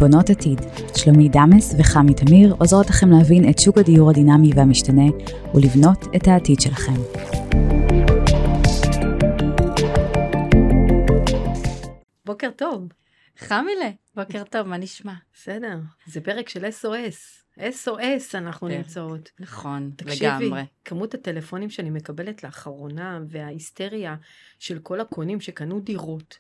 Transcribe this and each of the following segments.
בונות עתיד. שלומי דמס וחמי תמיר עוזרות לכם להבין את שוק הדיור הדינמי והמשתנה ולבנות את העתיד שלכם. בוקר טוב. חמילה, בוקר טוב, מה נשמע? בסדר, זה פרק של SOS. SOS אנחנו נמצאות. נכון, תקשיבי, לגמרי. כמות הטלפונים שאני מקבלת לאחרונה, וההיסטריה של כל הקונים שקנו דירות,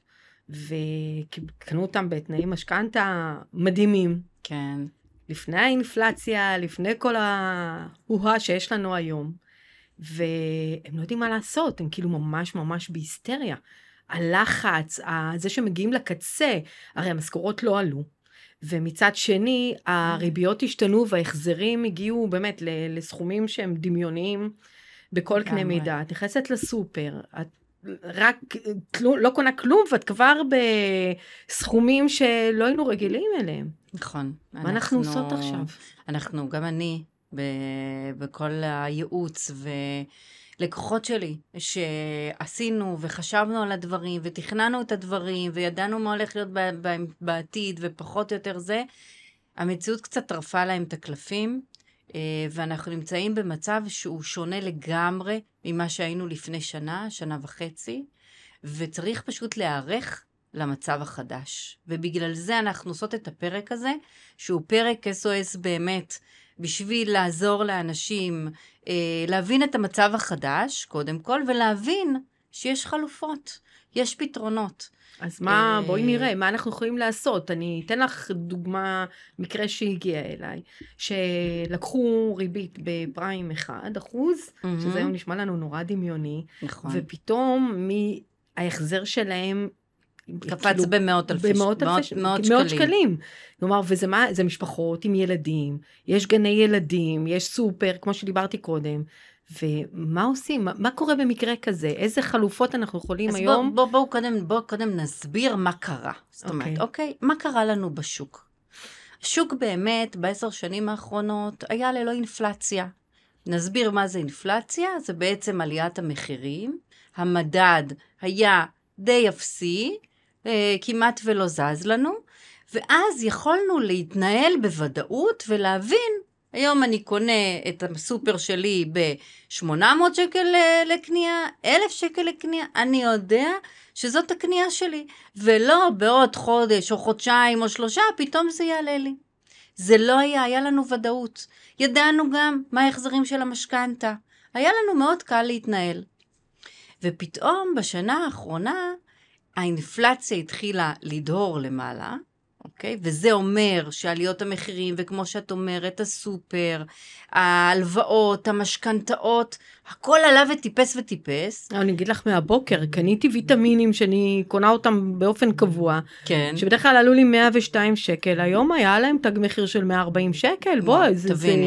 וקנו אותם בתנאי משכנתה מדהימים. כן. לפני האינפלציה, לפני כל ההוהה שיש לנו היום. והם לא יודעים מה לעשות, הם כאילו ממש ממש בהיסטריה. הלחץ, זה שמגיעים לקצה, הרי המשכורות לא עלו. ומצד שני, הריביות השתנו וההחזרים הגיעו באמת לסכומים שהם דמיוניים בכל קנה מידה. את נכנסת לסופר, את רק לא קונה כלום, ואת כבר בסכומים שלא היינו רגילים אליהם. נכון. מה אנחנו עושות עכשיו? אנחנו, גם אני, בכל הייעוץ לקוחות שלי, שעשינו וחשבנו על הדברים, ותכננו את הדברים, וידענו מה הולך להיות בעתיד, ופחות או יותר זה, המציאות קצת טרפה להם את הקלפים, ואנחנו נמצאים במצב שהוא שונה לגמרי ממה שהיינו לפני שנה, שנה וחצי, וצריך פשוט להיערך למצב החדש. ובגלל זה אנחנו עושות את הפרק הזה, שהוא פרק SOS באמת, בשביל לעזור לאנשים להבין את המצב החדש, קודם כל, ולהבין שיש חלופות, יש פתרונות. אז מה, בואי נראה, מה אנחנו יכולים לעשות? אני אתן לך דוגמה, מקרה שהגיע אליי, שלקחו ריבית בפריים 1%, שזה היום נשמע לנו נורא דמיוני, נכון. ופתאום ההחזר שלהם קפץ במאות שקלים. כלומר, זה משפחות עם ילדים, יש גני ילדים, יש סופר, כמו שדיברתי קודם, ומה עושים? מה קורה במקרה כזה? איזה חלופות אנחנו יכולים היום? אז בואו קודם נסביר מה קרה. זאת אומרת, אוקיי, מה קרה לנו בשוק? השוק באמת, ב10 שנים האחרונות, היה ללא אינפלציה. נסביר מה זה אינפלציה, זה בעצם עליית המחירים, המדד היה די אפסי, כמעט ולא זז לנו, ואז יכולנו להתנהל בוודאות ולהבין, היום אני קונה את הסופר שלי ב-800 שקל לקנייה, 1,000 שקל לקנייה, אני יודע שזאת הקנייה שלי, ולא בעוד חודש או חודשיים או 3, פתאום זה יעלה לי. זה לא היה לנו ודאות. ידענו גם מה ההחזרים של המשכנתה. היה לנו מאוד קל להתנהל. ופתאום בשנה האחרונה, האינפלציה התחילה לדהור למעלה, אוקיי? וזה אומר שעליות המחירים, וכמו שאת אומרת, הסופר, ההלוואות, המשכנתאות, הכל עלה וטיפס. אני אגיד לך מהבוקר, קניתי ויטמינים שאני קונה אותם באופן קבוע, כן. שבדרך כלל עלו לי 102 שקל, היום היה להם תג מחיר של 140 שקל, בואי,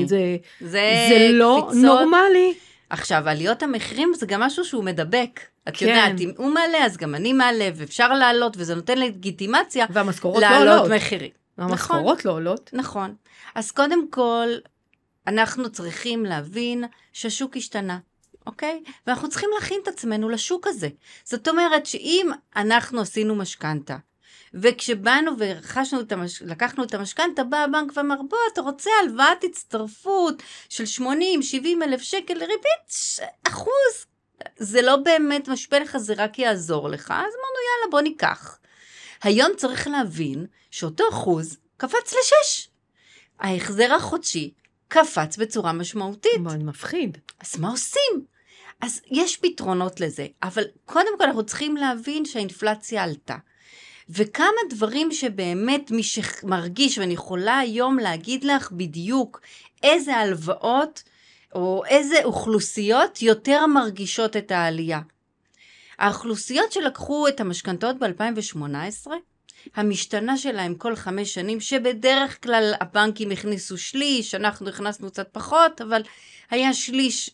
זה לא נורמלי. עכשיו, עליות המחירים זה גם משהו שהוא מדבק. את יודעת, אם הוא מעלה, אז גם אני מעלה, ואפשר לעלות, וזה נותן לגיטימציה והמשכורות לא עולות. לעלות מחירים. המשכורות לא עולות. נכון. אז קודם כל, אנחנו צריכים להבין שהשוק השתנה, אוקיי? ואנחנו צריכים להכין את עצמנו לשוק הזה. זאת אומרת שאם אנחנו עשינו משכנתה, וכשבאנו ולקחנו את המשכנתה, בא הבנק ואמר, בוא, אתה רוצה הלוואת הצטרפות של 80-70 אלף שקל לריבית 1%. זה לא באמת משפיע לך, זה רק יעזור לך. אז אמרנו, יאללה, בוא ניקח. היום צריך להבין שאותו אחוז קפץ ל6. ההחזר החודשי קפץ בצורה משמעותית. מאוד מפחיד. אז מה עושים? אז יש פתרונות לזה, אבל קודם כל אנחנו צריכים להבין שהאינפלציה עלתה. וכמה דברים שבאמת מי שמרגיש, ואני יכולה היום להגיד לך בדיוק איזה הלוואות, או איזה אוכלוסיות יותר מרגישות את העלייה. האוכלוסיות שלקחו את המשכנתאות ב-2018, המשתנה שלהם כל 5 שנים, שבדרך כלל הבנקים הכניסו שליש, אנחנו הכנסנו קצת פחות, אבל היה שליש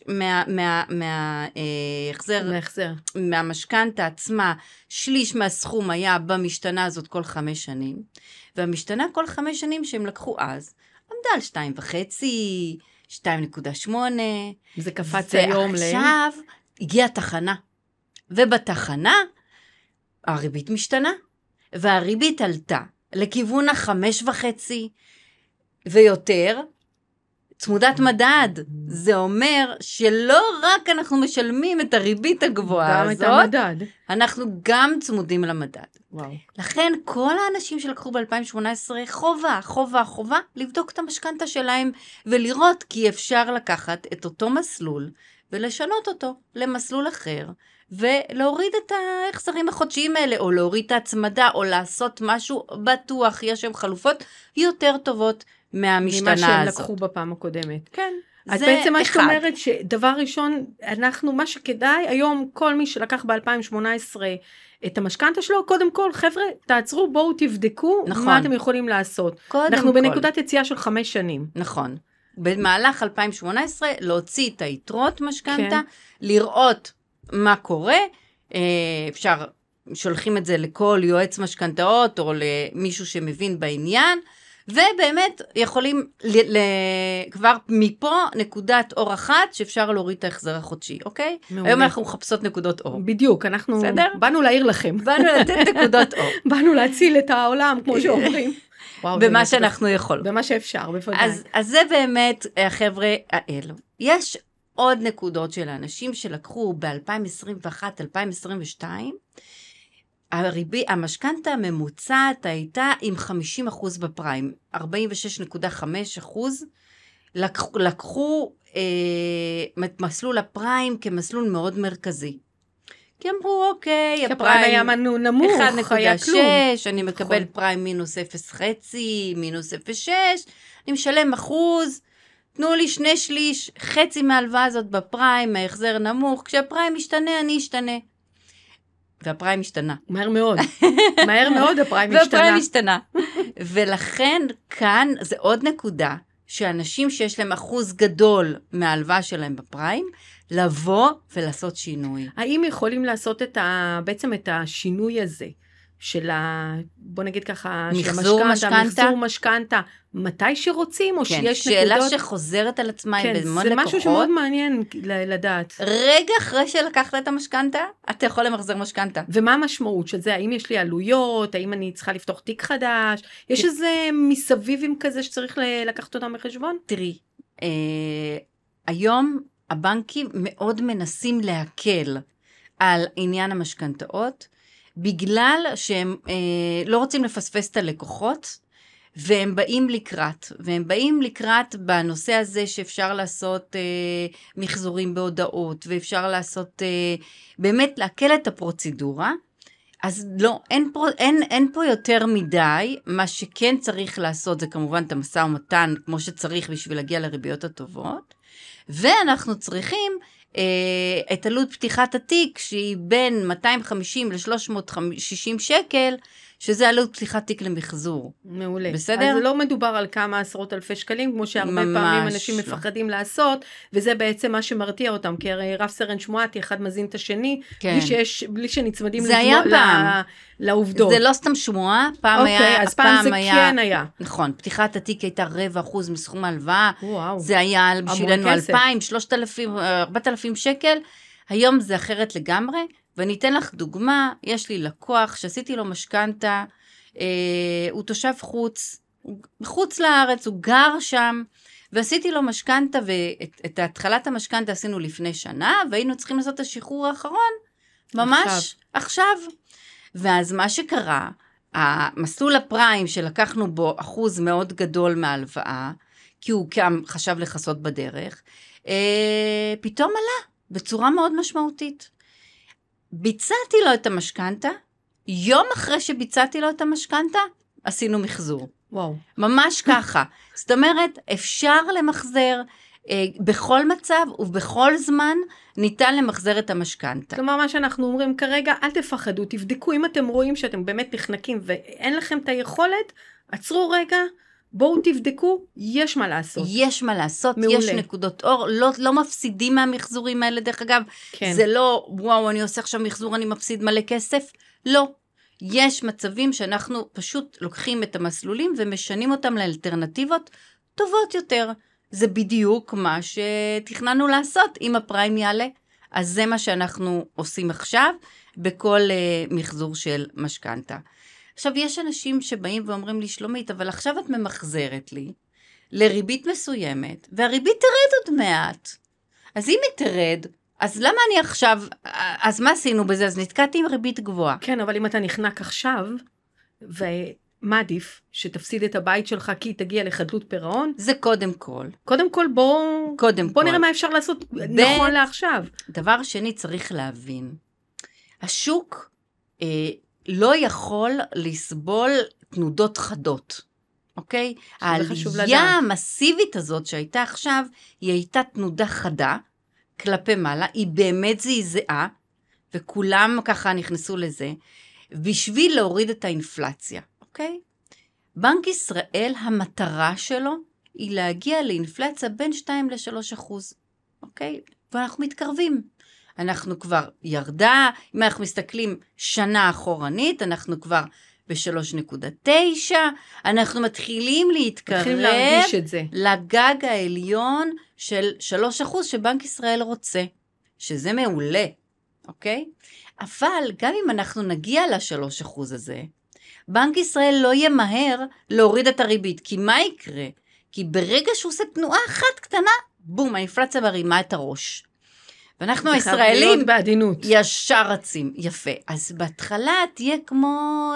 מהמשכנתה עצמה, שליש מהסכום היה במשתנה הזאת כל 5 שנים, והמשתנה כל 5 שנים שהם לקחו אז, עמדה על 2.5, 2.8. זה קפץ היום ועכשיו הגיעה תחנה, ובתחנה הריבית משתנה, והריבית עלתה. לכיוון 5.5 ויותר, צמודת מדד. זה אומר שלא רק אנחנו משלמים את הריבית הגבוהה הזאת, גם את המדד. אנחנו גם צמודים למדד. וואו. לכן כל האנשים שלקחו ב-2018 חובה לבדוק את המשכנתה שלהם ולראות כי אפשר לקחת את אותו מסלול ולשנות אותו למסלול אחר ולהוריד את ההחזרים החודשיים האלה או להוריד את ההצמדה או לעשות משהו בטוח. יש שם חלופות יותר טובות מהמשתנה הזאת. ממה שהם לקחו בפעם הקודמת. כן. אז בעצם מה שאת אומרת שדבר ראשון, אנחנו, מה שכדאי, היום כל מי שלקח ב-2018 את המשכנתה שלו, קודם כל, חבר'ה, תעצרו, בואו תבדקו נכון. מה אתם יכולים לעשות. אנחנו בנקודת יציאה של 5 שנים. נכון. במהלך 2018, להוציא את היתרות משכנתה, כן. לראות מה קורה, אפשר, שולחים את זה לכל יועץ משכנתאות, או למישהו שמבין בעניין, ובאמת יכולים כבר מפה נקודת אור אחת שאפשר להוריד את ההחזר החודשי, אוקיי? מעולה. היום אנחנו מחפשות נקודות אור. בדיוק, אנחנו בסדר? באנו להעיר לכם. באנו לתת נקודות אור. באנו להציל את העולם, כמו שאומרים. וואו, במה שאנחנו יכולים. במה שאפשר, בוודאי. אז זה באמת, החבר'ה האלו. יש עוד נקודות של האנשים שלקחו ב-2021-2022, המשכנתה הממוצעת הייתה עם 50% בפריים, 46.5%, לקחו את מסלול הפריים כמסלול מאוד מרכזי. כי אמרו, אוקיי, הפריים היה נמוך, היה כלום. 1.6, אני מקבל פריים מינוס 0.5, מינוס 0.6, אני משלם 1%, תנו לי 2/3, חצי מההלוואה הזאת בפריים, ההחזר נמוך, כשהפריים משתנה, אני אשתנה. והפריים השתנה. מהר מאוד. מהר מאוד הפריים השתנה. והפריים השתנה. ולכן כאן זה עוד נקודה, שאנשים שיש להם אחוז גדול מההלוואה שלהם בפריים, לבוא ולעשות שינוי. האם יכולים לעשות בעצם את השינוי הזה, של בוא נגיד ככה, מחזור משכנתה, מתי שרוצים, או כן, שיש שאלה נקודות? שחוזרת על עצמה כן, עם המון זה לקוחות. משהו שמאוד מעניין לדעת. רגע אחרי שלקחת את המשכנתה, אתה יכול למחזר משכנתה. ומה המשמעות של זה? האם יש לי עלויות? האם אני צריכה לפתוח תיק חדש? יש איזה מסביבים כזה שצריך לקחת אותם בחשבון? תראי, היום הבנקים מאוד מנסים להקל על עניין המשכנתאות, בגלל שהם לא רוצים לפספס את הלקוחות, והם באים לקראת בנושא הזה שאפשר לעשות מחזורים בהודעות, ואפשר לעשות, באמת להקל את הפרוצדורה, אז לא, אין פה יותר מדי, מה שכן צריך לעשות זה כמובן את המשא ומתן, כמו שצריך בשביל להגיע לריביות הטובות, ואנחנו צריכים את עלות פתיחת התיק, שהיא בין 250 ל-360 שקל, שזה עלות פתיחת תיק למחזור. מעולה. בסדר? אז לא מדובר על כמה עשרות אלפי שקלים, כמו שהרבה פעמים אנשים מפחדים לעשות, וזה בעצם מה שמרתיע אותם, כי הרי רב סרן שמואטי, אחד מזין את השני, כן. בלי שנצמדים לעובדות. זה לא סתם שמועה, פעם היה... אוקיי, אז פעם זה כן היה. נכון, פתיחת התיק הייתה 0.25% מסכום ההלוואה, וואו. זה היה בשבילנו 2,000, 3,000, 4,000 שקל, היום זה אחרת לגמרי, ואני אתן לך דוגמה, יש לי לקוח שעשיתי לו משכנתה, הוא תושב חוץ לארץ, הוא גר שם, ועשיתי לו משכנתה, ואת התחלת המשכנתה עשינו לפני שנה, והיינו צריכים לעשות את השחרור האחרון, ממש עכשיו. ואז מה שקרה, המסלול הפריים שלקחנו בו אחוז מאוד גדול מההלוואה, כי הוא גם חשב לחסות בדרך, פתאום עלה בצורה מאוד משמעותית. ביצעתי לו את המשכנתה, יום אחרי שביצעתי לו את המשכנתה, עשינו מחזור. וואו. ממש ככה. זאת אומרת, אפשר למחזר, בכל מצב ובכל זמן ניתן למחזר את המשכנתה. כלומר, מה שאנחנו אומרים כרגע, אל תפחדו, תבדקו אם אתם רואים שאתם באמת נחנקים ואין לכם את היכולת, עצרו רגע, בואו תבדקו, יש מה לעשות. יש מה לעשות, מעולה. יש נקודות אור, לא מפסידים מהמחזורים האלה, דרך אגב, כן. זה לא, וואו, אני עושה עכשיו מחזור, אני מפסיד מלא כסף, לא. יש מצבים שאנחנו פשוט לוקחים את המסלולים ומשנים אותם לאלטרנטיבות טובות יותר. זה בדיוק מה שתכננו לעשות אם הפריים יעלה. אז זה מה שאנחנו עושים עכשיו בכל מחזור של משכנתה. עכשיו, יש אנשים שבאים ואומרים לי, שלומית, אבל עכשיו את ממחזרת לי לריבית מסוימת, והריבית תרד עוד מעט. אז אם היא תרד, אז למה אני עכשיו, אז מה עשינו בזה? אז נתקעתי עם ריבית גבוהה. כן, אבל אם אתה נחנק עכשיו, ומה עדיף? שתפסיד את הבית שלך כי תגיע לחדלות פירעון? זה קודם כל. קודם כל בוא נראה מה אפשר לעשות נכון לעכשיו. דבר שני צריך להבין, השוק לא יכול לסבול תנודות חדות, אוקיי? העלייה המסיבית הזאת שהייתה עכשיו, היא הייתה תנודה חדה, כלפי מעלה, היא באמת זעזעה, וכולם ככה נכנסו לזה, בשביל להוריד את האינפלציה, אוקיי? בנק ישראל, המטרה שלו, היא להגיע לאינפלציה בין 2-3%, אוקיי? ואנחנו מתקרבים. אנחנו כבר ירדה, אם אנחנו מסתכלים שנה אחורנית, אנחנו כבר ב-3.9, אנחנו מתחילים להתקרב לגג העליון של 3% שבנק ישראל רוצה, שזה מעולה, אוקיי? אבל גם אם אנחנו נגיע ל3% הזה, בנק ישראל לא ימהר להוריד את הריבית, כי מה יקרה? כי ברגע שהוא עושה תנועה אחת קטנה, בום, האינפלציה מרימה את הראש. ואנחנו הישראלים ישר רצים, יפה. אז בהתחלה תהיה כמו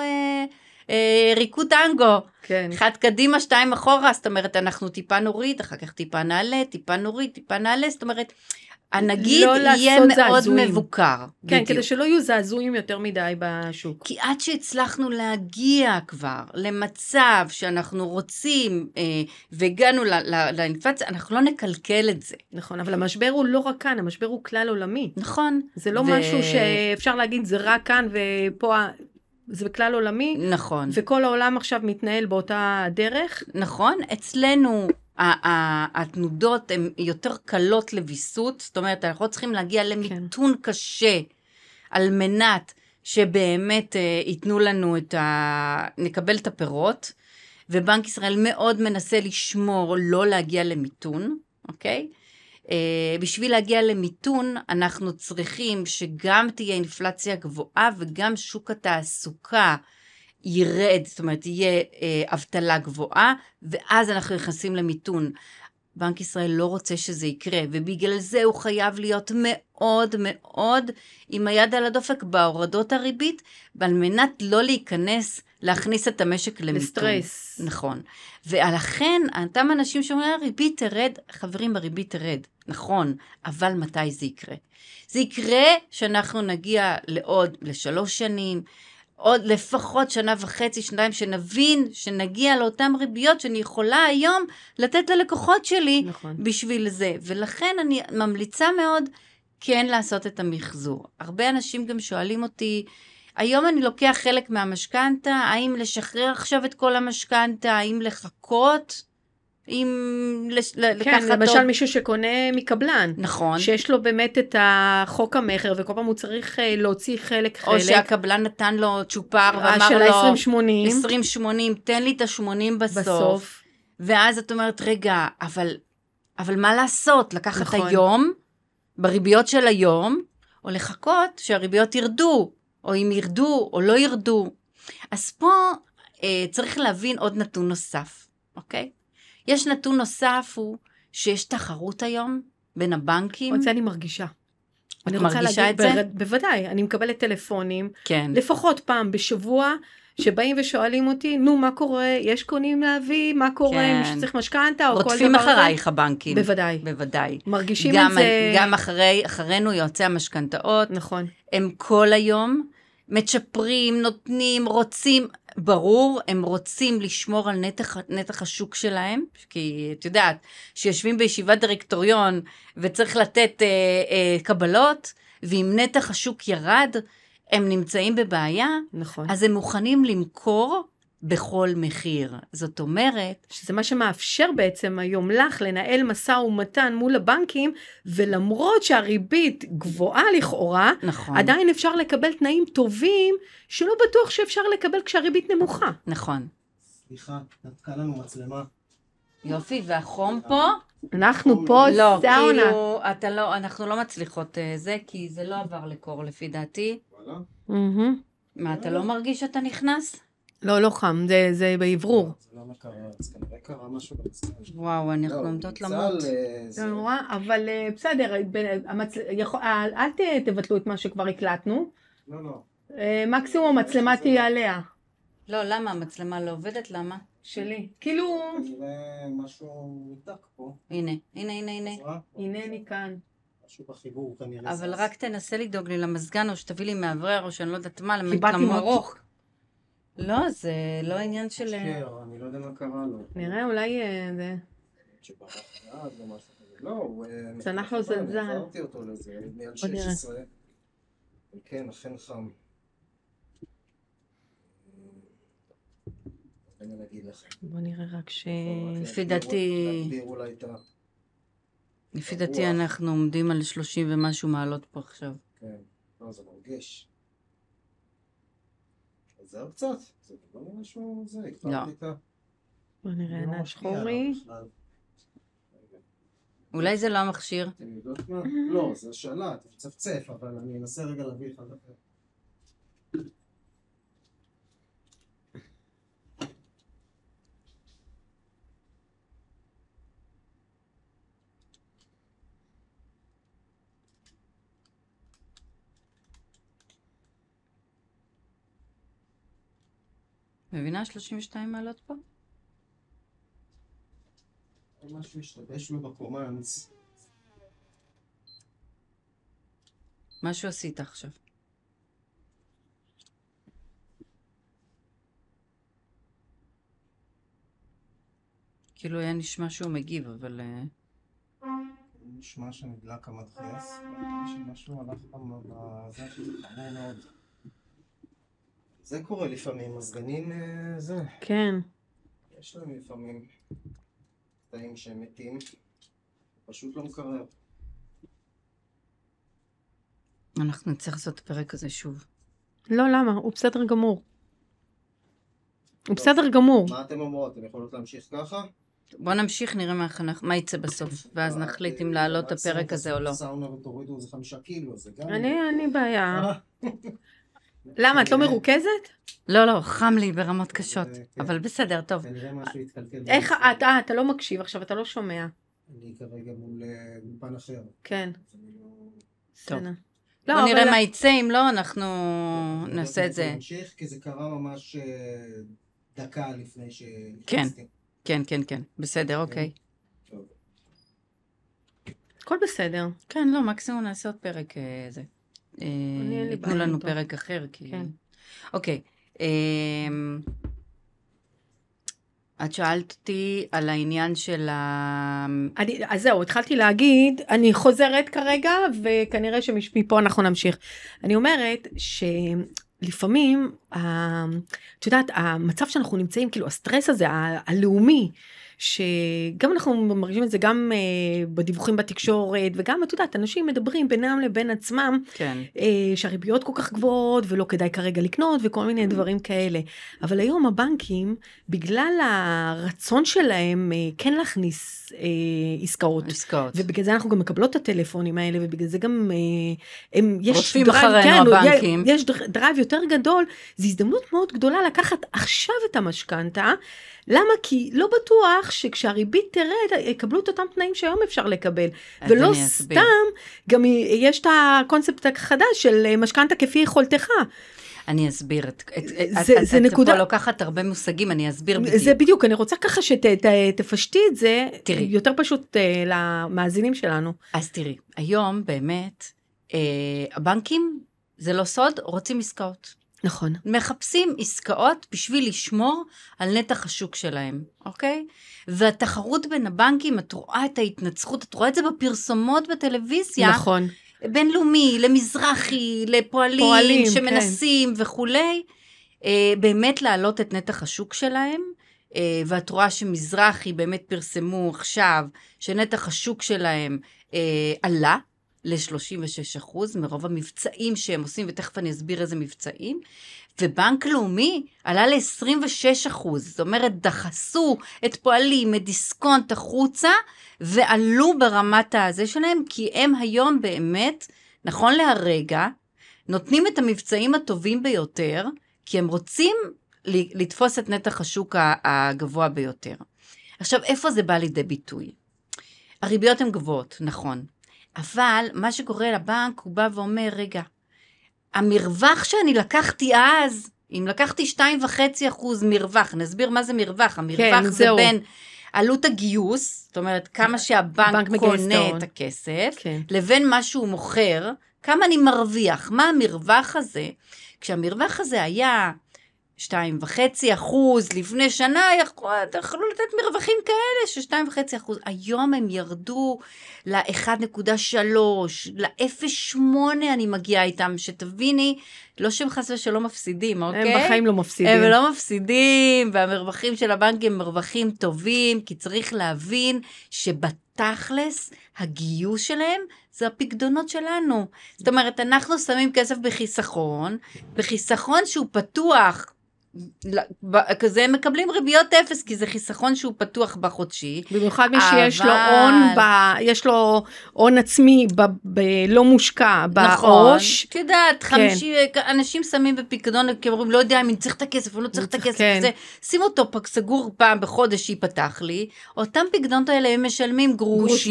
ריקוד טנגו, כן. אחד קדימה, 2 אחורה, זאת אומרת, אנחנו טיפה נוריד, אחר כך טיפה נעלה, טיפה נוריד, טיפה נעלה, זאת אומרת, הנגיד לא יהיה מאוד זעזועים. מבוקר. כן, בדיוק. כדי שלא יהיו זעזועים יותר מדי בשוק. כי עד שהצלחנו להגיע כבר למצב שאנחנו רוצים, והגענו לאינפלציה, אנחנו לא נקלקל את זה. נכון, אבל המשבר הוא לא רק כאן, המשבר הוא כלל עולמי. נכון. זה לא משהו שאפשר להגיד, זה רק כאן ופה זה כלל עולמי. נכון. וכל העולם עכשיו מתנהל באותה דרך. נכון, אצלנו התנודות הן יותר קלות לביסות, זאת אומרת, אנחנו צריכים להגיע למיתון קשה, על מנת שבאמת ייתנו לנו נקבל את הפירות, ובנק ישראל מאוד מנסה לשמור, לא להגיע למיתון, אוקיי? בשביל להגיע למיתון, אנחנו צריכים שגם תהיה אינפלציה גבוהה, וגם שוק התעסוקה ירד, זאת אומרת, יהיה אבטלה גבוהה, ואז אנחנו נכנסים למיתון. בנק ישראל לא רוצה שזה יקרה, ובגלל זה הוא חייב להיות מאוד מאוד עם היד על הדופק בהורדות הריבית, ועל מנת לא להיכנס, להכניס את המשק למיתון. לסטרס. נכון. ולכן, אותם אנשים שאומרים, הריבית תרד, חברים, הריבית תרד. נכון, אבל מתי זה יקרה? זה יקרה שאנחנו נגיע לעוד 3 שנים, עוד לפחות 1.5 שנה, 2, שנבין, שנגיע לאותם ריביות שאני יכולה היום לתת ללקוחות שלי נכון. בשביל זה. ולכן אני ממליצה מאוד כן לעשות את המחזור. הרבה אנשים גם שואלים אותי, היום אני לוקח חלק מהמשכנתה, האם לשחרר עכשיו את כל המשכנתה, האם לחכות? כן, למשל מישהו שקונה מקבלן. נכון. שיש לו באמת את החוק המחר, וכל פעם הוא צריך להוציא חלק. או שהקבלן נתן לו צ'ופר, ואמר של לו, 20-80, תן לי את ה-80 בסוף. ואז את אומרת, רגע, אבל מה לעשות? לקחת נכון. היום, בריביות של היום, או לחכות שהריביות ירדו, או אם ירדו, או לא ירדו. אז פה צריך להבין עוד נתון נוסף, אוקיי? יש נתון נוסף הוא שיש תחרות היום בין הבנקים. את זה אני מרגישה. אני רוצה להגיד, בוודאי, אני מקבלת טלפונים, כן. לפחות פעם בשבוע, שבאים ושואלים אותי, נו, מה קורה? יש קונים להביא? מה קורה? כן. מי שצריך משכנתה או כל דבר? רודפים אחרייך הבנקים. בוודאי. בוודאי. מרגישים גם, את זה. גם אחרינו יועצי המשכנתאות. נכון. הם כל היום מצ'פרים, נותנים, רוצים, ברור, הם רוצים לשמור על נתח השוק שלהם, כי את יודעת, שיושבים בישיבת דירקטוריון וצריך לתת קבלות, ואם נתח השוק ירד, הם נמצאים בבעיה, נכון. אז הם מוכנים למכור בכל מחיר. זאת אומרת, שזה מה שמאפשר בעצם היום לך לנהל משא ומתן מול הבנקים, ולמרות שהריבית גבוהה לכאורה, נכון. עדיין אפשר לקבל תנאים טובים, שלא בטוח שאפשר לקבל כשהריבית נמוכה. נכון. סליחה, נתקע לנו מצלמה. יופי, והחום פה? אנחנו פה לא, סאונה. כאילו, אנחנו לא מצליחות זה, כי זה לא עבר לקור לפי דעתי. וואלה? מה, אתה לא מרגיש שאתה נכנס? לא, לא חם, זה בעברור. זה לא מקרה, אז כנראה קרה משהו במזגן. וואו, אנחנו עומדות למות. זה נורא, אבל בסדר, אל תבטלו את מה שכבר הקלטנו. לא, לא. מקסימום המצלמה תהיה עליה. לא, למה? המצלמה לא עובדת? למה? שלי. כאילו... כנראה משהו ניתק פה. הנה. הנה אני כאן. משהו בחיבור כנראה. אבל רק תנסה לדאוג לי למזגן, או שתביא לי מאוורר, או שאני לא יודעת מה, כי באתי מרוך. לא, זה לא עניין של... אני לא יודע מה קרה לו. נראה, אולי זה... לא, צנח לו זלזל. עברתי אותו לזה, מעל 16. כן, אכן חם. אני אגיד לכם. בוא נראה רק לפי דעתי... להגביר אולי את ה... לפי דעתי אנחנו עומדים על 30 ומשהו מעלות פה עכשיו. כן, לא, זה מרגיש. אז זהו קצת, זה לא משהו, זה, הקטרתי את ה... בוא נראה, עינת שחורי. אולי זה לא המכשיר. אתם יודעות מה? לא, זה שלט, זה צפצף, אבל אני אנסה רגע להביא אחד אחר. מבינה 32 מעלות פה? משהו השתבש לו בקומנדס. משהו עשית עכשיו. כאילו היה נשמע שהוא מגיב, אבל... נשמע שנדלק המדחס, שמשהו הלך בזה שחמור מאוד. זה קורה לפעמים, מזגנים זה. כן. יש להם לפעמים קטעים שהם מתים, פשוט לא מקרר. אנחנו נצטרך לעשות את הפרק הזה שוב. לא, למה? הוא בסדר גמור. הוא בסדר גמור. מה אתם אומרות? אתם יכולות להמשיך ככה? בוא נמשיך, נראה מה יצא בסוף, ואז נחליט אם להעלות את הפרק הזה או לא. סאונה ותורידו איזה 5 קילו, זה גם... אני בעיה. למה? את לא מרוכזת? לא, חם לי ברמות קשות, אבל בסדר, טוב. כנראה משהו התקלקל. איך, אתה לא מקשיב עכשיו, אתה לא שומע. אני כרגע מול פן אחר. כן. טוב. בוא נראה מה יצא, אם לא, אנחנו נעשה את זה. נמשיך, כי זה קרה ממש דקה לפני ש... כן, בסדר, אוקיי. הכל בסדר. כן, לא, מקסימום נעשה עוד פרק זה. ניתנו לנו פרק אחר, כי... אוקיי. את שאלת אותי על העניין של אז זהו, התחלתי להגיד, אני חוזרת כרגע, וכנראה שמפה אנחנו נמשיך. אני אומרת שלפעמים, את יודעת, המצב שאנחנו נמצאים, כאילו הסטרס הזה, הלאומי, שגם אנחנו מרגישים את זה גם בדיווחים בתקשורת, וגם, את יודעת, אנשים מדברים בינם לבין עצמם, כן. שהריביות כל כך גבוהות, ולא כדאי כרגע לקנות, וכל מיני דברים כאלה. אבל היום הבנקים, בגלל הרצון שלהם, כן להכניס עסקאות. ובגלל זה אנחנו גם מקבלות את הטלפונים האלה, ובגלל זה גם, רודפים אחרינו הבנקים. יש דרייב יותר גדול, זו הזדמנות מאוד גדולה לקחת עכשיו את המשכנתה, למה? כי לא בטוח שכשהריבית תרד, יקבלו את אותם תנאים שהיום אפשר לקבל. ולא סתם, גם יש את הקונספט החדש של משכנתה כפי יכולתך. אני אסביר. זה נקודה. את פה לוקחת הרבה מושגים, אני אסביר בדיוק. זה בדיוק, אני רוצה ככה שתפשטי את זה, יותר פשוט למאזינים שלנו. אז תראי, היום באמת, הבנקים, זה לא סוד, רוצים עסקאות. נכון. מחפשים עסקאות בשביל לשמור על נתח השוק שלהם, אוקיי? והתחרות בין הבנקים, את רואה את ההתנצחות, את רואה את זה בפרסומות בטלוויזיה. נכון. בינלאומי, למזרחי, לפועלים שמנסים כן. וכולי, באמת להעלות את נתח השוק שלהם, ואת רואה שמזרחי באמת פרסמו עכשיו, שנתח השוק שלהם עלה, ל-36% מרוב המבצעים שהם עושים, ותכף אני אסביר איזה מבצעים, ובנק לאומי עלה ל-26%, זאת אומרת, דחסו את פועלים, את דיסקונט החוצה, ועלו ברמת הזה שלהם, כי הם היום באמת, נכון להרגע, נותנים את המבצעים הטובים ביותר, כי הם רוצים לתפוס את נתח השוק הגבוה ביותר. עכשיו, איפה זה בא לידי ביטוי? הריביות הן גבוהות, נכון. אבל מה שקורה לבנק, הוא בא ואומר, רגע, המרווח שאני לקחתי אז, אם לקחתי 2.5% מרווח, נסביר מה זה מרווח, המרווח כן, זה בין עלות הגיוס, זאת אומרת, כמה שהבנק קונה את הכסף, כן. לבין מה שהוא מוכר, כמה אני מרוויח, מה המרווח הזה? כשהמרווח הזה היה 2.5% לפני שנה, יכלו לתת מרווחים כאלה של 2.5%. היום הם ירדו ל-1.3, ל-0.8 אני מגיעה איתם, שתביני, לא שהם חס ושלא מפסידים, אוקיי? הם בחיים לא מפסידים. הם לא מפסידים, והמרווחים של הבנקים הם מרווחים טובים, כי צריך להבין שבתכלס הגיוס שלהם זה הפקדונות שלנו. זאת אומרת, אנחנו שמים כסף בחיסכון שהוא פתוח, כזה הם מקבלים ריביות אפס, כי זה חיסכון שהוא פתוח בחודשי. במיוחד מי שיש לו יש לו הון עצמי לא מושקע בעו"ש. את יודעת, אנשים שמים בפיקדון, כי אומרים, לא יודע אם אני צריך את הכסף או לא צריך את הכסף, שימו אותו סגור פעם בחודש שיפתח לי, אותם פיקדונות האלה הם משלמים גרושים,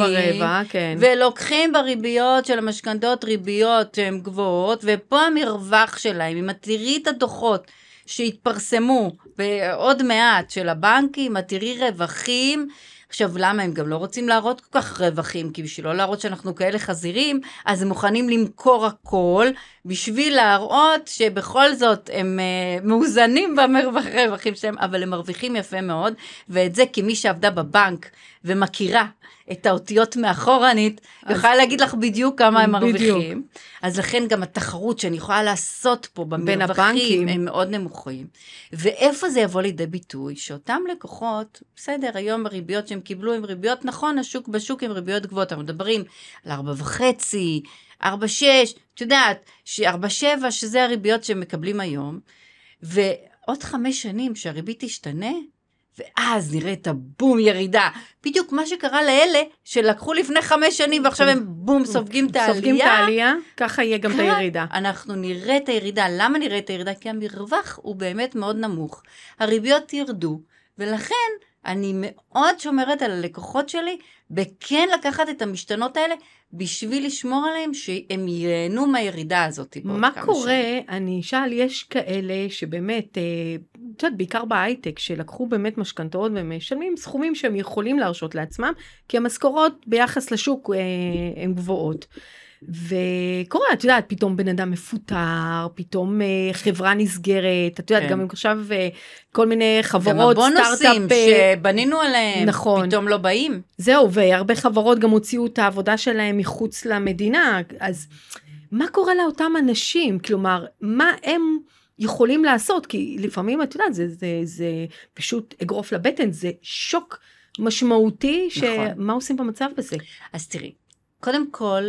ולוקחים בריביות של המשכנתאות ריביות שהן גבוהות, ופה המרווח שלהם, אם את תראי את הדוחות, שהתפרסמו בעוד מעט של הבנקים, תראי רווחים, עכשיו למה הם גם לא רוצים להראות כל כך רווחים, כי בשביל לא להראות שאנחנו כאלה חזירים, אז הם מוכנים למכור הכל, בשביל להראות שבכל זאת הם מאוזנים ברווחים שלהם, אבל הם מרוויחים יפה מאוד, ואת זה כמי שעבדה בבנק ומכירה את האותיות מאחורנית, יכולה להגיד לך בדיוק כמה הם מרוויחים. אז לכן גם התחרות שאני יכולה לעשות פה במרווחים הם מאוד נמוכים. ואיפה זה יבוא לידי ביטוי? שאותם לקוחות, בסדר, היום הריביות שהם קיבלו הם ריביות, נכון, בשוק הם ריביות גבוהות, אנחנו מדברים על 4.5, 4.6, את יודעת, 4.7, שזה הריביות שהם מקבלים היום, ועוד 5 שנים שהריבית תשתנה, ואז נראה את הבום ירידה. בדיוק מה שקרה לאלה שלקחו לפני 5 שנים, ועכשיו הם בום סופגים את העלייה. סופגים את העלייה, ככה יהיה גם את הירידה. אנחנו נראה את הירידה. למה נראה את הירידה? כי המרווח הוא באמת מאוד נמוך. הריביות ירדו, ולכן אני מאוד שומרת על הלקוחות שלי, בכן לקחת את המשתנות האלה, בשביל לשמור עליהם שהם ייהנו מהירידה הזאת. מה קורה, אני אשאל, יש כאלה שבאמת, את יודעת, בעיקר בהייטק, שלקחו באמת משכנתאות ומשלמים סכומים שהם יכולים להרשות לעצמם, כי המשכורות ביחס לשוק הן גבוהות. וקורה, את יודעת, פתאום בן אדם מפוטר, פתאום חברה נסגרת, את יודעת, גם אם עכשיו כל מיני חברות, סטארט-אפ. גם הבונוסים שבנינו עליהם, נכון. פתאום לא באים. זהו, והרבה חברות גם הוציאו את העבודה שלהם מחוץ למדינה, אז מה קורה לאותם אנשים? כלומר, מה הם יכולים לעשות? כי לפעמים, את יודעת, זה פשוט אגרוף לבטן, זה שוק משמעותי, נכון. מה עושים במצב בזה? אז תראי, קודם כל,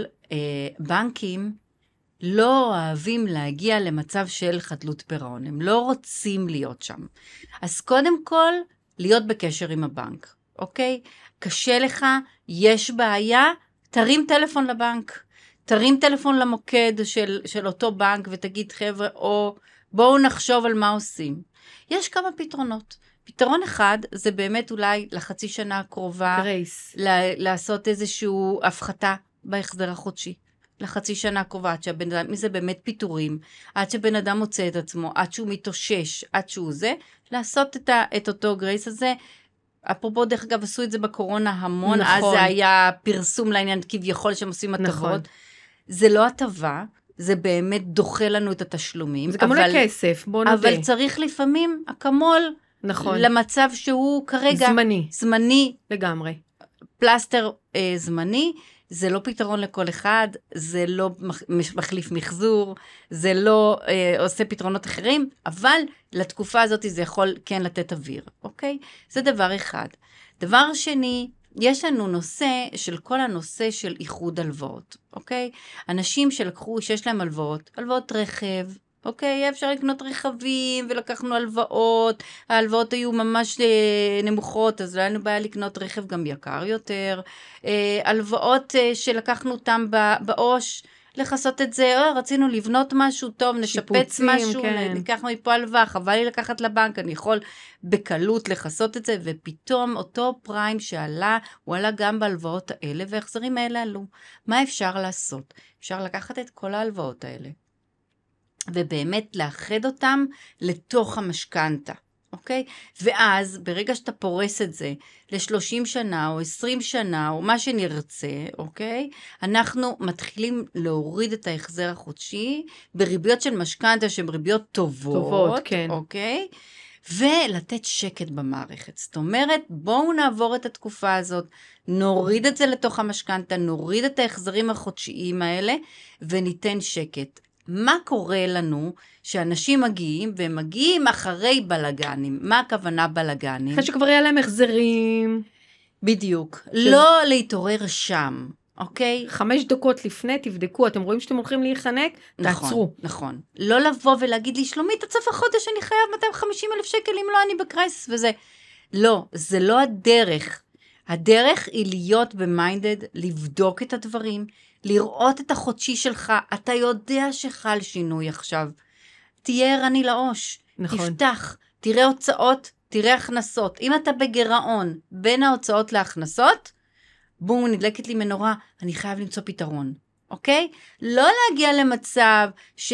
בנקים לא אוהבים להגיע למצב של חדלות פירעון, הם לא רוצים להיות שם. אז קודם כל, להיות בקשר עם הבנק, אוקיי? קשה לך, יש בעיה, תרים טלפון לבנק, תרים טלפון למוקד של אותו בנק ותגיד חבר'ה, או בואו נחשוב על מה עושים. יש כמה פתרונות. פתרון אחד זה באמת אולי לחצי שנה הקרובה, לעשות איזשהו הפחתה בהחזר החודשי. לחצי שנה הקרובה, עד שהבן אדם, מזה באמת פיתורים, עד שבן אדם מוצא את עצמו, עד שהוא מתאושש, עד שהוא זה, לעשות את אותו גרייס הזה. אפרופו, דרך אגב, עשו את זה בקורונה המון, נכון. אז זה היה פרסום לעניין כביכול שהם עושים הטבות. נכון. זה לא הטבה, זה באמת דוחה לנו את התשלומים. זה גם עולה כסף, בוא נדע. אבל צריך לפעמים אקמול, נכון. למצב שהוא כרגע זמני. לגמרי. פלסטר זמני, זה לא פתרון לכל אחד, זה לא מחליף מחזור, זה לא עושה פתרונות אחרים, אבל לתקופה הזאת זה יכול כן לתת אוויר, אוקיי? זה דבר אחד. דבר שני, יש לנו נושא של כל הנושא של איחוד הלוואות, אוקיי? אנשים שלקחו, שיש להם הלוואות רכב, אוקיי, אפשר לקנות רכבים, ולקחנו הלוואות, ההלוואות היו ממש נמוכות, אז לא היה לנו בעיה לקנות רכב גם יקר יותר, הלוואות שלקחנו אותם בעו"ש, לחסות את זה, רצינו לבנות משהו טוב, נשפץ משהו, ניקח מפה הלוואה, חבל לי לקחת לבנק, אני יכול בקלות לחסות את זה, ופתאום אותו פריים שעלה, הוא עלה גם בהלוואות האלה, והחזרים האלה עלו. מה אפשר לעשות? אפשר לקחת את כל ההלוואות האלה, ובאמת לאחד אותם לתוך המשכנתה. אוקיי? ואז ברגע שאתה פורס את זה ל-30 שנה או 20 שנה או מה שנרצה, אוקיי? אנחנו מתחילים להוריד את ההחזר החודשי בריביות של משכנתה שהן ריביות טובות, כן. אוקיי? ולתת שקט במערכת. זאת אומרת, בואו נעבור את התקופה הזאת, נוריד את זה לתוך המשכנתה, נוריד את ההחזרים החודשיים האלה וניתן שקט. מה קורה לנו שאנשים מגיעים, והם מגיעים אחרי בלגנים? מה הכוונה בלגנים? אחרי שכבר היה להם החזרים. בדיוק. לא להתעורר שם, אוקיי? 5 דקות לפני, תבדקו, אתם רואים שאתם הולכים להיחנק? תעצרו. נכון. לא לבוא ולהגיד לי, שלומית, עד סוף החודש אני חייב 250,000 שקל, אם לא אני בקרייס וזה. לא, זה לא הדרך. הדרך היא להיות במיינדד, לבדוק את הדברים, לראות את החודשי שלך, אתה יודע שחל שינוי עכשיו. תהיה ערני לעוש, נכון. תפתח, תראה הוצאות, תראה הכנסות. אם אתה בגירעון בין ההוצאות להכנסות, בום, נדלקת לי מנורה, אני חייב למצוא פתרון. אוקיי? לא להגיע למצב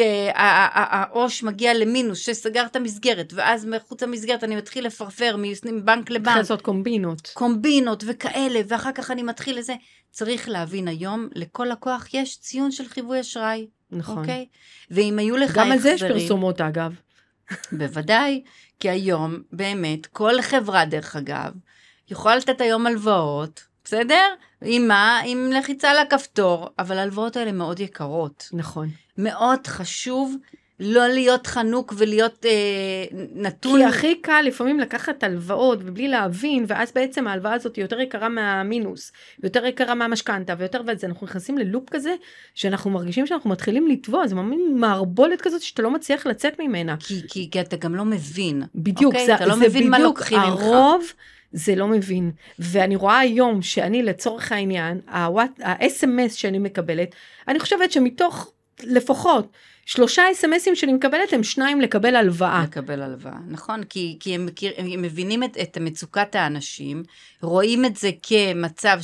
שהעוש מגיע למינוס, שסגרת מסגרת, ואז מחוץ המסגרת אני מתחיל לפרפר מבנק לבנק. צריך לעשות קומבינות. קומבינות וכאלה, ואחר כך אני מתחיל לזה. צריך להבין היום, לכל לקוח יש ציון של חיווי אשראי. נכון. אוקיי? ואם היו לך גם על זה יש פרסומות אגב. בוודאי, כי היום באמת כל חברה דרך אגב, יכולה לתת היום הלוואות, בסדר? עם לחיצה על הכפתור, אבל ההלוואות האלה מאוד יקרות. נכון. מאוד חשוב לא להיות חנוק ולהיות נתון. כי הכי קל לפעמים לקחת הלוואות ובלי להבין, ואז בעצם ההלוואה הזאת יותר יקרה מהמינוס, יותר יקרה מהמשכנתה, ויותר וזה, אנחנו נכנסים ללופ כזה, שאנחנו מרגישים שאנחנו מתחילים לטבוע, זה ממש מערבולת כזאת שאתה לא מצליח לצאת ממנה. כי אתה גם לא מבין. בדיוק, אוקיי? אתה לא מבין מה לוקחים ממך. הרוב זה לא מבין, ואני רואה היום שאני לצורך העניין, ה-SMS שאני מקבלת, אני חושבת שמתוך לפחות 3 SMSים שאני מקבלת, הם 2 לקבל הלוואה. לקבל הלוואה, נכון, כי הם מבינים את מצוקת האנשים, רואים את זה כמצב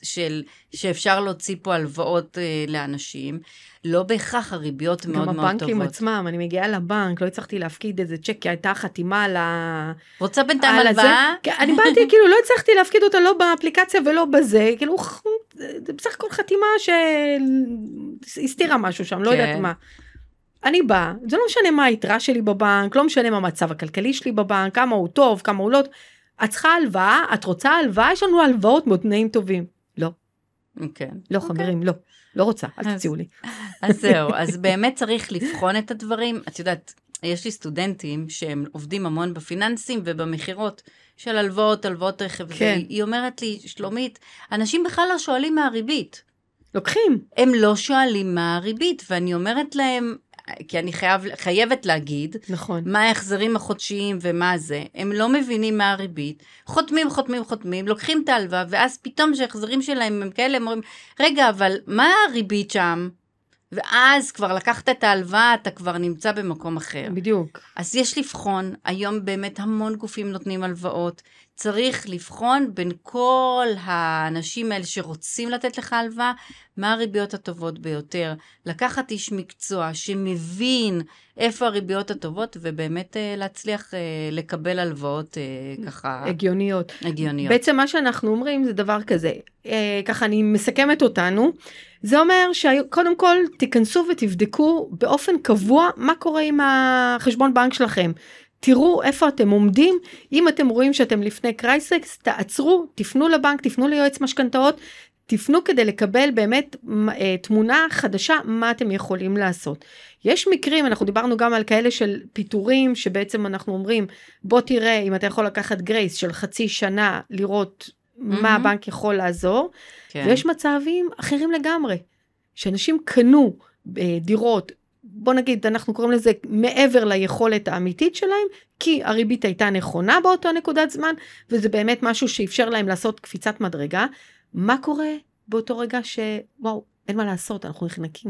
שאפשר להוציא פה הלוואות לאנשים, לא בהכרח הריביות מאוד מאוד טובות. גם הבנקים עצמם, אני מגיעה לבנק, לא הצלחתי להפקיד איזה צ'ק, כי הייתה חתימה על ה... רוצה בינתיים הלוואה? אני באתי, כאילו לא הצלחתי להפקיד אותה לא באפליקציה ולא בזה, כאילו זה בסך הכל חתימה שהסתירה משהו שם, לא יודעת מה. אני באה, זה לא משנה מה היתרה שלי בבנק, לא משנה מה המצב הכלכלי שלי בבנק, כמה הוא טוב, כמה הוא לא, את צריכה הלוואה, את רוצה הלוואה, יש לנו הלוואות מאוד תנאים טובים. לא. כן. לא חברים, לא רוצה, אל תציעו לי. אז זהו, אז באמת צריך לבחון את הדברים, את יודעת, יש לי סטודנטים שהם עובדים המון בפיננסים ובמחירות של הלוואות רכב, והיא אומרת לי, שלומית, אנשים בכלל לא שואלים מה הריבית. לוקחים. הם לא שואלים מה הריבית, ואני אומרת להם, כי אני חייבת להגיד, נכון. מה ההחזרים החודשיים ומה זה, הם לא מבינים מה הריבית, חותמים, לוקחים את ההלוואה, ואז פתאום שההחזרים שלהם הם כאלה, הם אומרים, רגע, אבל מה הריבית שם? ואז כבר לקחת את ההלוואה, אתה כבר נמצא במקום אחר. בדיוק. אז יש לבחון, היום באמת המון גופים נותנים הלוואות, צריך לבחון בין כל האנשים האלה שרוצים לתת לך הלוואה, מה הריביות הטובות ביותר, לקחת איש מקצוע שמבין איפה הריביות הטובות, ובאמת להצליח לקבל הלוואות ככה... הגיוניות. הגיוניות. בעצם מה שאנחנו אומרים זה דבר כזה, ככה אני מסכמת אותנו, זה אומר שקודם כל תיכנסו ותבדקו באופן קבוע מה קורה עם החשבון בנק שלכם. תראו איפה אתם עומדים, אם אתם רואים שאתם לפני קרייסקס, תעצרו, תפנו לבנק, תפנו ליועץ משכנתאות, תפנו כדי לקבל באמת תמונה חדשה, מה אתם יכולים לעשות. יש מקרים, אנחנו דיברנו גם על כאלה של פיטורים, שבעצם אנחנו אומרים, בוא תראה אם אתה יכול לקחת גרייס של חצי שנה, לראות מה הבנק יכול לעזור, כן. ויש מצבים אחרים לגמרי, שאנשים קנו דירות, בוא נגיד, אנחנו קוראים לזה מעבר ליכולת האמיתית שלהם, כי הריבית הייתה נכונה באותו נקודת זמן, וזה באמת משהו שאפשר להם לעשות קפיצת מדרגה. מה קורה באותו רגע שוואו, אין מה לעשות, אנחנו נחנקים.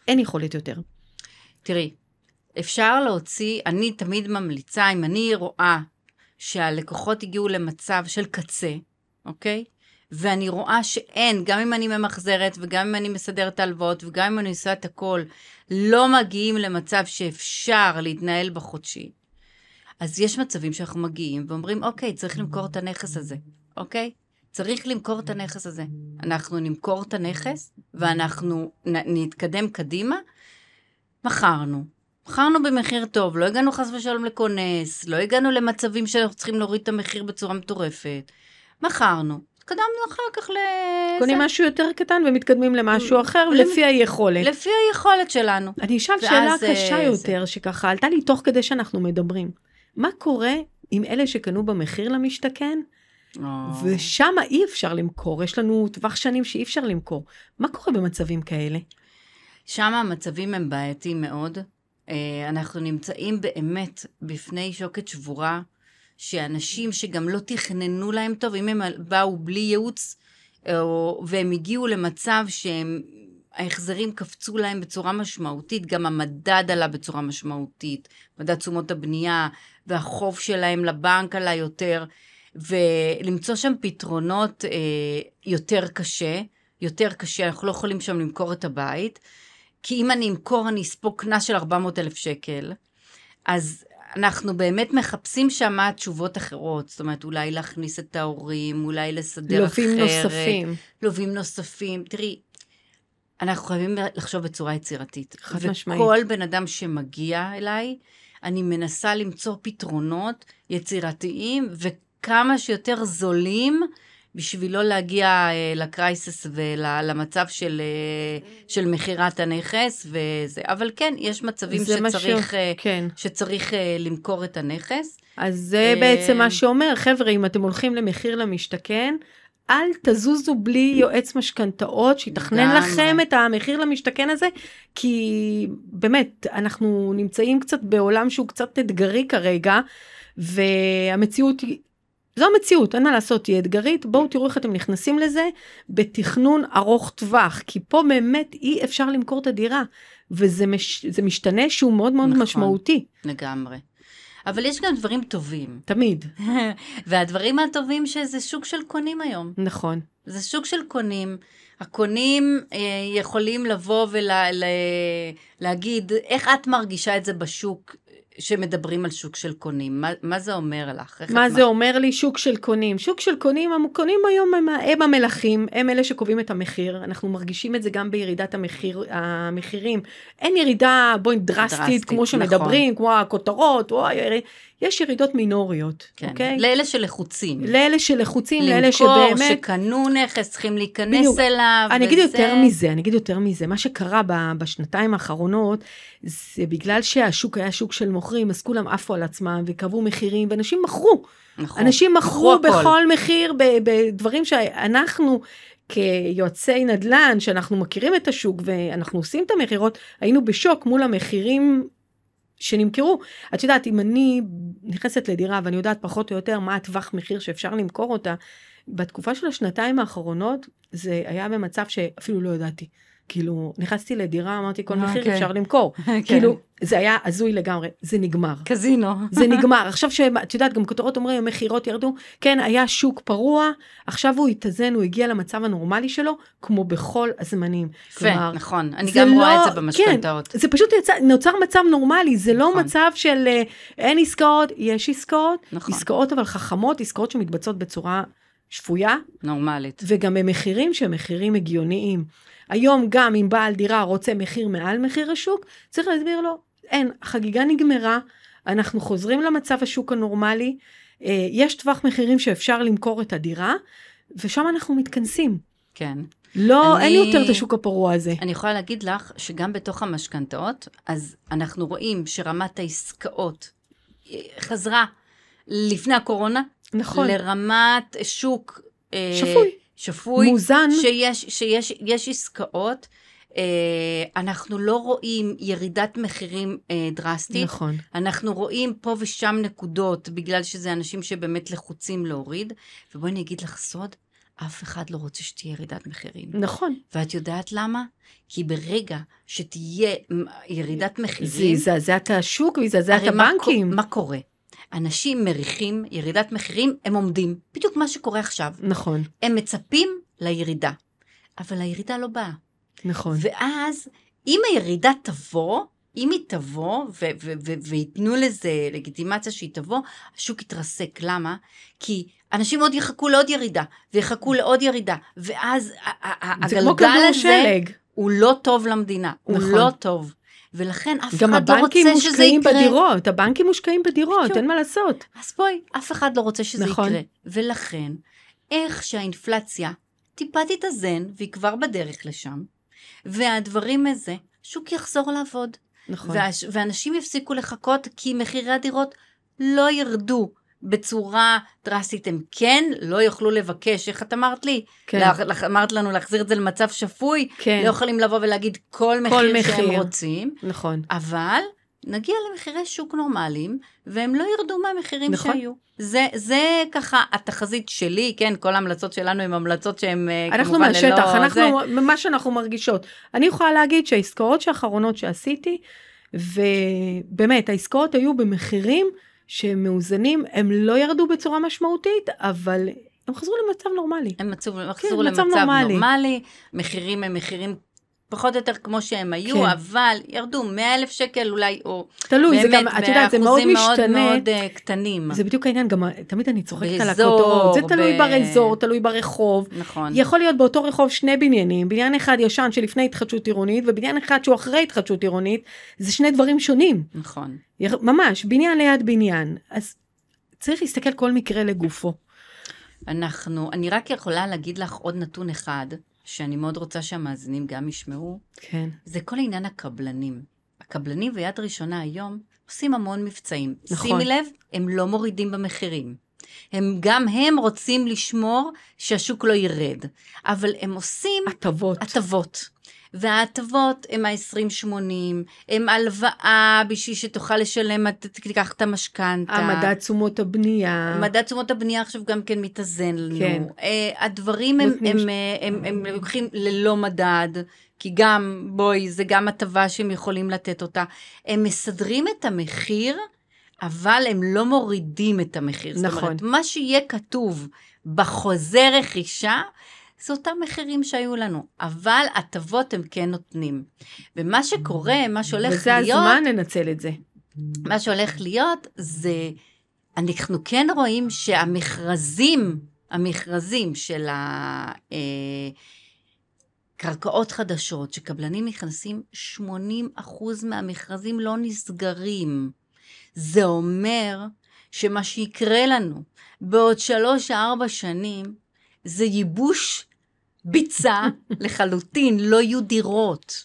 אין יכולת יותר. תראי, אפשר להוציא, אני תמיד ממליצה, אם אני רואה שהלקוחות הגיעו למצב של קצה, אוקיי? ואני רואה שאין, גם אם אני ממחזרת, וגם אם אני מסדרת הלוואות, וגם אם אני עושה את הכל, לא מגיעים למצב שאפשר להתנהל בחודשי. אז יש מצבים שאנחנו מגיעים ואומרים, אוקיי, צריך למכור את הנכס הזה, אוקיי? צריך למכור את הנכס הזה. אנחנו נמכור את הנכס, ואנחנו נתקדם קדימה. מכרנו במחיר טוב, לא הגענו חס ושלום לכונס, לא הגענו למצבים שאנחנו צריכים להוריד את המחיר בצורה מטורפת. מכרנו, התקדמנו אחר כך קונים משהו יותר קטן ומתקדמים למשהו אחר, לפי היכולת. לפי היכולת שלנו. אני אשאל שאלה קשה יותר, שככה עלתה לי תוך כדי שאנחנו מדברים. מה קורה עם אלה שקנו במחיר למשתכן, ושם אי אפשר למכור, יש לנו טווח שנים שאי אפשר למכור. מה קורה במצבים כאלה? שם המצבים הם בעייתיים מאוד. אנחנו נמצאים באמת בפני שוקת שבורה, שאנשים שגם לא תכננו להם טוב, אם הם באו בלי ייעוץ, והם הגיעו למצב שההחזרים קפצו להם בצורה משמעותית, גם המדד עלה בצורה משמעותית, מדד תשומות הבנייה, והחוב שלהם לבנק עלה יותר, ולמצוא שם פתרונות יותר קשה, אנחנו לא יכולים שם למכור את הבית, כי אם אני אמכור, אני אספוג קנס של 400,000 שקל, אז אנחנו באמת מחפשים שם תשובות אחרות, זאת אומרת, אולי להכניס את ההורים, אולי לסדר אחרת. לווים נוספים. תראי, אנחנו חייבים לחשוב בצורה יצירתית. חד משמעית. וכל בן אדם שמגיע אליי, אני מנסה למצוא פתרונות יצירתיים, וכמה שיותר זולים, בשביל לא להגיע לקרייסס ולמצב של מחירת הנכס וזה. אבל כן, יש מצבים שצריך למכור את הנכס. אז זה בעצם מה שאומר, חבר'ה, אם אתם הולכים למחיר למשתכן, אל תזוזו בלי יועץ משכנתאות, שיתכנן לכם את המחיר למשתכן הזה, כי באמת, אנחנו נמצאים קצת בעולם שהוא קצת אתגרי כרגע, והמציאות היא, זו המציאות, אין מה לעשות, היא אתגרית, בואו תראו איך אתם נכנסים לזה, בתכנון ארוך טווח, כי פה באמת אי אפשר למכור את הדירה, וזה משתנה שהוא מאוד מאוד משמעותי. לגמרי. אבל יש גם דברים טובים. תמיד. והדברים הטובים שזה שוק של קונים היום. נכון. זה שוק של קונים. הקונים יכולים לבוא ולהגיד, איך את מרגישה את זה בשוק, שמדברים על שוק של קונים? מה זה אומר לך? מה זה אומר לי שוק של קונים? שוק של קונים, הקונים היום הם המלכים, הם אלה שקובעים את המחיר, אנחנו מרגישים את זה גם בירידת המחירים, אין ירידה דרסטית כמו שמדברים, כמו הכותרות, יש ירידות מינוריות, אוקיי? לאלה שלחוצים. לאלה שבאמת... למכור, שקנו נכס, צריכים להיכנס אליו. אני אגיד יותר מזה, מה שקרה בשנתיים האחרונות, זה בגלל שהשוק היה שוק של מוכרים, אז כולם עפו על עצמם וקבעו מחירים, ואנשים מכרו. אנשים מכרו בכל מחיר, בדברים שאנחנו כיועצי נדל"ן, שאנחנו מכירים את השוק, ואנחנו עושים את המחירות, היינו בשוק מול המחירים שנמכרו. את יודעת, אם אני נכנסת לדירה, ואני יודעת פחות או יותר מה הטווח מחיר שאפשר למכור אותה, בתקופה של השנתיים האחרונות, זה היה במצב שאפילו לא ידעתי. כאילו, נכנסתי לדירה, אמרתי, כל מחיר אפשר למכור. כאילו, זה היה הזוי לגמרי, זה נגמר. קזינו. זה נגמר. עכשיו את יודעת, גם כותרות אומרים, המחירות ירדו, כן, היה שוק פרוע, עכשיו הוא התאזן, הוא הגיע למצב הנורמלי שלו, כמו בכל הזמנים. כלומר, נכון, אני גם רואה את זה במשכנתאות. זה פשוט נוצר מצב נורמלי, זה לא מצב של אין עסקאות, יש עסקאות, עסקאות אבל חכמות, עסקאות שמתבצעות בצורה שפויה. נורמלית. וגם במחירים שהם מחירים הגיוניים. היום גם אם בעל דירה רוצה מחיר מעל מחיר השוק, צריך להסביר לו, אין, החגיגה נגמרה, אנחנו חוזרים למצב השוק הנורמלי, יש טווח מחירים שאפשר למכור את הדירה, ושם אנחנו מתכנסים. כן. לא, אין יותר את השוק הפרוע הזה. אני יכולה להגיד לך שגם בתוך המשכנתאות, אז אנחנו רואים שרמת העסקאות חזרה לפני הקורונה, נכון. לרמת שוק שפוי, מוזן, שיש עסקאות, אנחנו לא רואים ירידת מחירים דרסטית, נכון. אנחנו רואים פה ושם נקודות, בגלל שזה אנשים שבאמת לחוצים להוריד, ובואי אני אגיד לך סוד, אף אחד לא רוצה שתהיה ירידת מחירים. נכון. ואת יודעת למה? כי ברגע שתהיה ירידת מחירים... זה יזעזע את השוק ויזעזע את הבנקים. מה קורה? אנשים מריחים ירידת מחירים, הם עומדים. בדיוק מה שקורה עכשיו. נכון. הם מצפים לירידה. אבל הירידה לא באה. נכון. ואז, אם הירידה תבוא, אם היא תבוא, ויתנו לזה לגיטימציה שהיא תבוא, השוק יתרסק. למה? כי אנשים עוד יחכו לעוד ירידה, ויחכו לעוד ירידה, ואז הגלגל הזה, הוא לא טוב למדינה, הוא לא טוב. ולכן אף אחד לא רוצה שזה יקרה. הבנקים מושקעים בדירות, אין מה לעשות. אז בואי, אף אחד לא רוצה שזה יקרה. ולכן, איך שהאינפלציה טיפה תתאזן, והיא כבר בדרך לשם, והדברים הזה, שוק יחזור לעבוד. נכון. ואנשים יפסיקו לחכות, כי מחירי הדירות לא ירדו בצורה דרסטית. הם כן לא יוכלו לבקש, איך את אמרת לי? כן. אמרת לנו להחזיר את זה למצב שפוי, כן. לא יכולים לבוא ולהגיד כל מחיר שהם רוצים. נכון. אבל נגיע למחירי שוק נורמליים, והם לא ירדו מהמחירים נכון. שהיו. זה ככה התחזית שלי, כן, כל ההמלצות שלנו הם המלצות שהן אנחנו מהשטח, מה שאנחנו מרגישות. אני יכולה להגיד שהעסקאות האחרונות שעשיתי, ובאמת, העסקאות היו במחירים שהם מאוזנים, הם לא ירדו בצורה משמעותית, אבל הם חזרו למצב נורמלי. הם חזרו למצב נורמלי, מחירים הם מחירים פחות או יותר כמו שהם היו, כן. אבל ירדו 100,000 שקל אולי, או תלוי, זה גם, את יודעת, זה מאוד משתנה. מאוד קטנים. זה בדיוק העניין, גם תמיד אני צוחקת על הכותרות, זה תלוי באזור, תלוי ברחוב. נכון. יכול להיות באותו רחוב שני בניינים, בניין אחד ישן שלפני התחדשות עירונית, ובניין אחד שהוא אחרי התחדשות עירונית, זה שני דברים שונים. נכון. ממש, בניין ליד בניין. אז צריך להסתכל כל מקרה לגופו. אני רק יכולה להגיד לך עוד נתון אחד, שאני מאוד רוצה שהמאזינים גם ישמעו, כן. זה כל עניין הקבלנים. הקבלנים ויד ראשונה היום עושים המון מבצעים. נכון. שימי לב, הם לא מורידים במחירים. גם הם רוצים לשמור שהשוק לא ירד. אבל הם עושים הטבות. וההטבות הם ה-20-80, הם הלוואה בשביל שתוכל לשלם, תיקח את המשכנתה. המדד תשומות הבנייה. מדד תשומות הבנייה עכשיו גם כן מתאזן לנו. כן. הדברים הם לוקחים ללא מדד, כי גם, בואי, זה גם הטבה שהם יכולים לתת אותה. הם מסדרים את המחיר, אבל הם לא מורידים את המחיר. נכון. זאת אומרת, מה שיהיה כתוב בחוזה רכישה, זה אותם מחירים שהיו לנו, אבל הטבות הם כן נותנים. ומה שקורה, מה שהולך להיות... וזה הזמן לנצל את זה. מה שהולך להיות, זה... אנחנו כן רואים המכרזים של קרקעות חדשות, שקבלנים נכנסים, 80% מהמכרזים לא נסגרים. זה אומר שמה שיקרה לנו בעוד 3-4 שנים, זה ייבוש ביצה לחלוטין, לא יהיו דירות.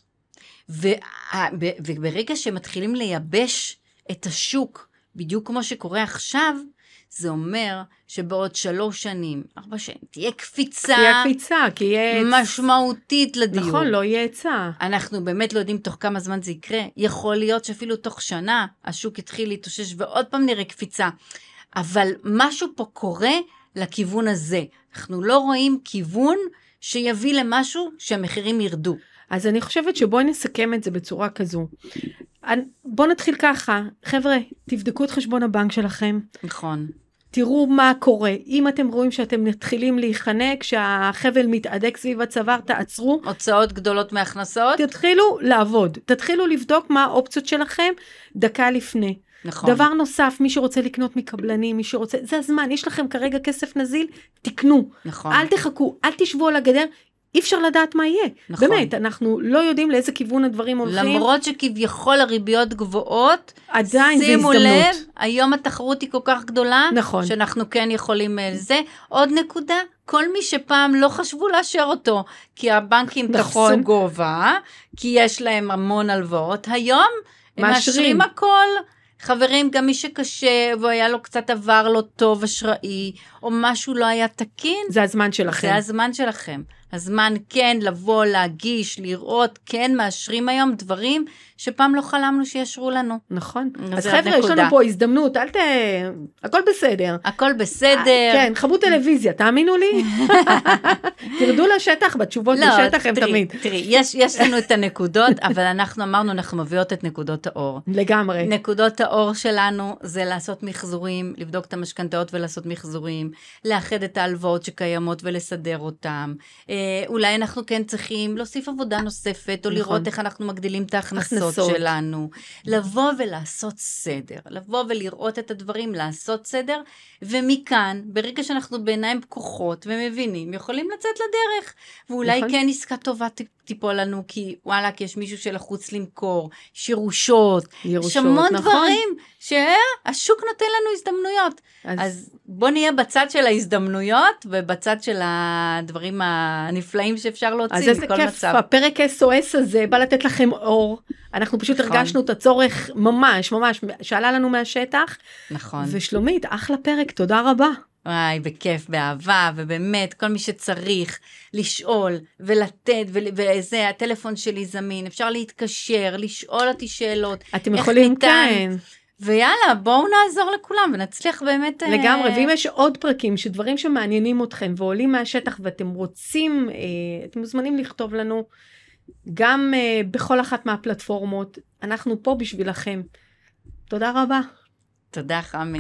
וברגע שמתחילים לייבש את השוק, בדיוק כמו שקורה עכשיו, זה אומר שבעוד 3 שנים, 4 שנים, תהיה קפיצה כי יהיה משמעותית לדיור. נכון, לא יהיה היצע. אנחנו באמת לא יודעים תוך כמה זמן זה יקרה. יכול להיות שאפילו תוך שנה, השוק יתחיל להתאושש, ועוד פעם נראה קפיצה. אבל משהו פה קורה לכיוון הזה. אנחנו לא רואים כיוון שיביא למשהו שהמחירים ירדו. אז אני חושבת שבואי נסכם את זה בצורה כזו. בואו נתחיל ככה. חבר'ה, תבדקו את חשבון הבנק שלכם. נכון. תראו מה קורה. אם אתם רואים שאתם מתחילים להיחנק, שהחבל מתעדק סביב הצוואר, תעצרו. הוצאות גדולות מהכנסות. תתחילו לעבוד. תתחילו לבדוק מה האופציות שלכם דקה לפני. נכון. דבר נוסף, מי שרוצה לקנות מקבלנים, מי שרוצה, זה הזמן, יש לכם כרגע כסף נזיל, תקנו. נכון. אל תחכו, אל תשבו על הגדר, אי אפשר לדעת מה יהיה. נכון. באמת, אנחנו לא יודעים לאיזה כיוון הדברים הולכים. למרות שכביכול הריביות גבוהות, עדיין זה הזדמנות. שימו לב, היום התחרות היא כל כך גדולה, נכון. שאנחנו כן יכולים לזה. עוד נקודה, כל מי שפעם לא חשבו לאשר אותו, כי הבנקים נכון. תפסו גובה, כי יש להם המון הלוואות, היום הם מאשרים הכל. חברים, גם מי שקשה, והיה לו קצת עבר לא טוב, אשראי, או משהו לא היה תקין. זה הזמן שלכם. זה הזמן שלכם. הזמן כן לבוא, להגיש, לראות, כן מאשרים היום דברים שפעם לא חלמנו שישרו לנו. נכון. אז חבר'ה, יש לנו פה הזדמנות, הכל בסדר. הכל בסדר. כן, חבו טלוויזיה, תאמינו לי. תרדו לשטח, בתשובות לשטח הם תמיד. תראי, יש לנו את הנקודות, אבל אנחנו אמרנו, אנחנו מביאות את נקודות האור. לגמרי. נקודות האור שלנו זה לעשות מחזורים, לבדוק את המשכנתאות ולעשות מחזורים, לאחד את ההלוואות שקיימות ולסדר אותם. אולי אנחנו כן צריכים להוסיף עבודה נוספת, או לראות איך אנחנו מגדילים את ההכנסות שלנו. לבוא ולעשות סדר, לבוא ולראות את הדברים, לעשות סדר, ומכאן, ברגע שאנחנו בעיניים פקוחות ומבינים, יכולים לצאת לדרך, ואולי כן עסקה טובה תיפול לנו, כי וואלה, כי יש מישהו שלחוץ למכור, שירושות, יש המון דברים שהשוק נותן לנו הזדמנויות. אז בוא נהיה בצד של ההזדמנויות, ובצד של הדברים הנפלאים שאפשר להוציא מכל מצב. אז איזה כיף, הפרק SOS הזה בא לתת לכם אור, אנחנו פשוט הרגשנו את הצורך ממש, שעלה לנו מהשטח. נכון. ושלומית, אחלה פרק, תודה רבה. וואי, בכיף, באהבה, ובאמת, כל מי שצריך לשאול ולתת, וזה, הטלפון שלי זמין, אפשר להתקשר, לשאול אותי שאלות. אתם יכולים, כן. ויאללה, בואו נעזור לכולם, ונצליח באמת... לגמרי, ואם יש עוד פרקים, שדברים שמעניינים אתכם, ועולים מהשטח, ואתם רוצים, אתם מוזמנים לכתוב לנו, גם בכל אחת מהפלטפורמות, אנחנו פה בשבילכם. תודה רבה. תודה, חמי.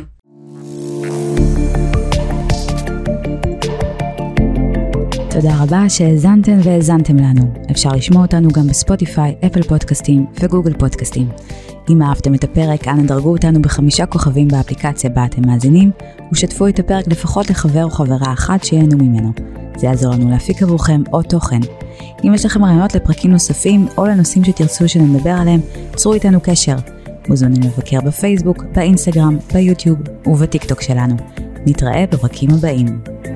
תודה רבה שהאזנתם והאזנתם לנו. אפשר לשמוע אותנו גם בספוטיפיי, אפל פודקאסטים וגוגל פודקאסטים. אם אהבתם את הפרק, אנא דרגו אותנו ב5 כוכבים באפליקציה בה אתם מאזינים, ושתפו את הפרק לפחות לחבר או חברה אחת שיהנו ממנו. זה יעזור לנו להפיק עבורכם עוד תוכן. אם יש לכם רעיונות לפרקים נוספים או לנושאים שתרצו שנדבר עליהם, צרו איתנו קשר. מוזמנים לבקר בפייסבוק, באינסטגרם, ביוטיוב ובטיקטוק שלנו. נתראה בפרקים הבאים.